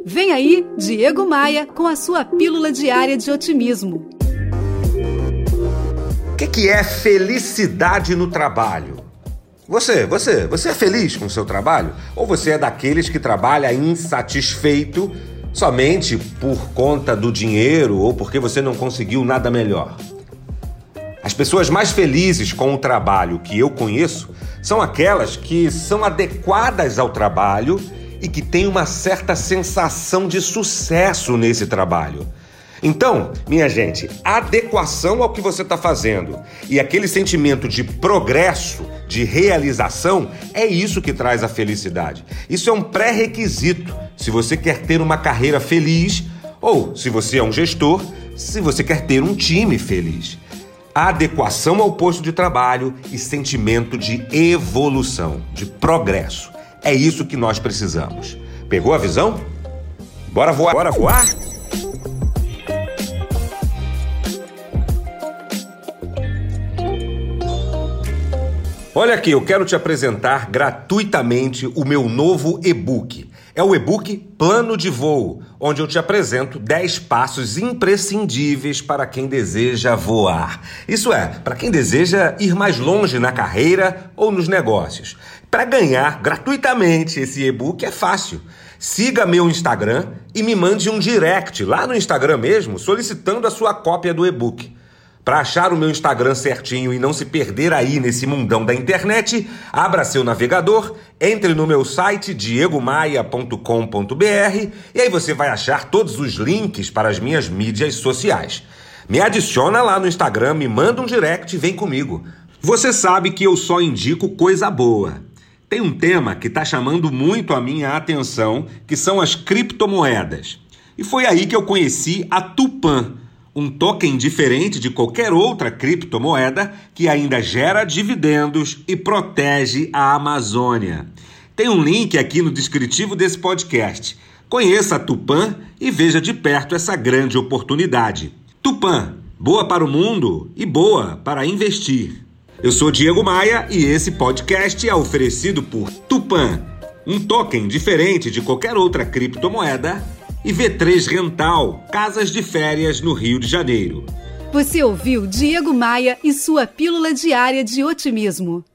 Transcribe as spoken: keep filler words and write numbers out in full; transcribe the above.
Vem aí, Diego Maia, com a sua pílula diária de otimismo. O que, que é felicidade no trabalho? Você, você, você é feliz com o seu trabalho? Ou você é daqueles que trabalha insatisfeito somente por conta do dinheiro ou porque você não conseguiu nada melhor? As pessoas mais felizes com o trabalho que eu conheço são aquelas que são adequadas ao trabalho e que têm uma certa sensação de sucesso nesse trabalho. Então, minha gente, a adequação ao que você está fazendo e aquele sentimento de progresso, de realização, é isso que traz a felicidade. Isso é um pré-requisito se você quer ter uma carreira feliz ou, se você é um gestor, se você quer ter um time feliz. A adequação ao posto de trabalho e sentimento de evolução, de progresso. É isso que nós precisamos. Pegou a visão? Bora voar? Bora voar? Olha aqui, eu quero te apresentar gratuitamente o meu novo e-book. É o e-book Plano de Voo, onde eu te apresento dez passos imprescindíveis para quem deseja voar. Isso é, para quem deseja ir mais longe na carreira ou nos negócios. Para ganhar gratuitamente esse e-book é fácil. Siga meu Instagram e me mande um direct lá no Instagram mesmo, solicitando a sua cópia do e-book. Para achar o meu Instagram certinho e não se perder aí nesse mundão da internet, abra seu navegador, entre no meu site diego maia ponto com ponto b r e aí você vai achar todos os links para as minhas mídias sociais. Me adiciona lá no Instagram, me manda um direct e vem comigo. Você sabe que eu só indico coisa boa. Tem um tema que está chamando muito a minha atenção, que são as criptomoedas. E foi aí que eu conheci a Tupã, um token diferente de qualquer outra criptomoeda que ainda gera dividendos e protege a Amazônia. Tem um link aqui no descritivo desse podcast. Conheça a Tupã e veja de perto essa grande oportunidade. Tupã, boa para o mundo e boa para investir. Eu sou Diego Maia e esse podcast é oferecido por Tupã, um token diferente de qualquer outra criptomoeda, e V três Rental, casas de férias no Rio de Janeiro. Você ouviu Diego Maia e sua pílula diária de otimismo.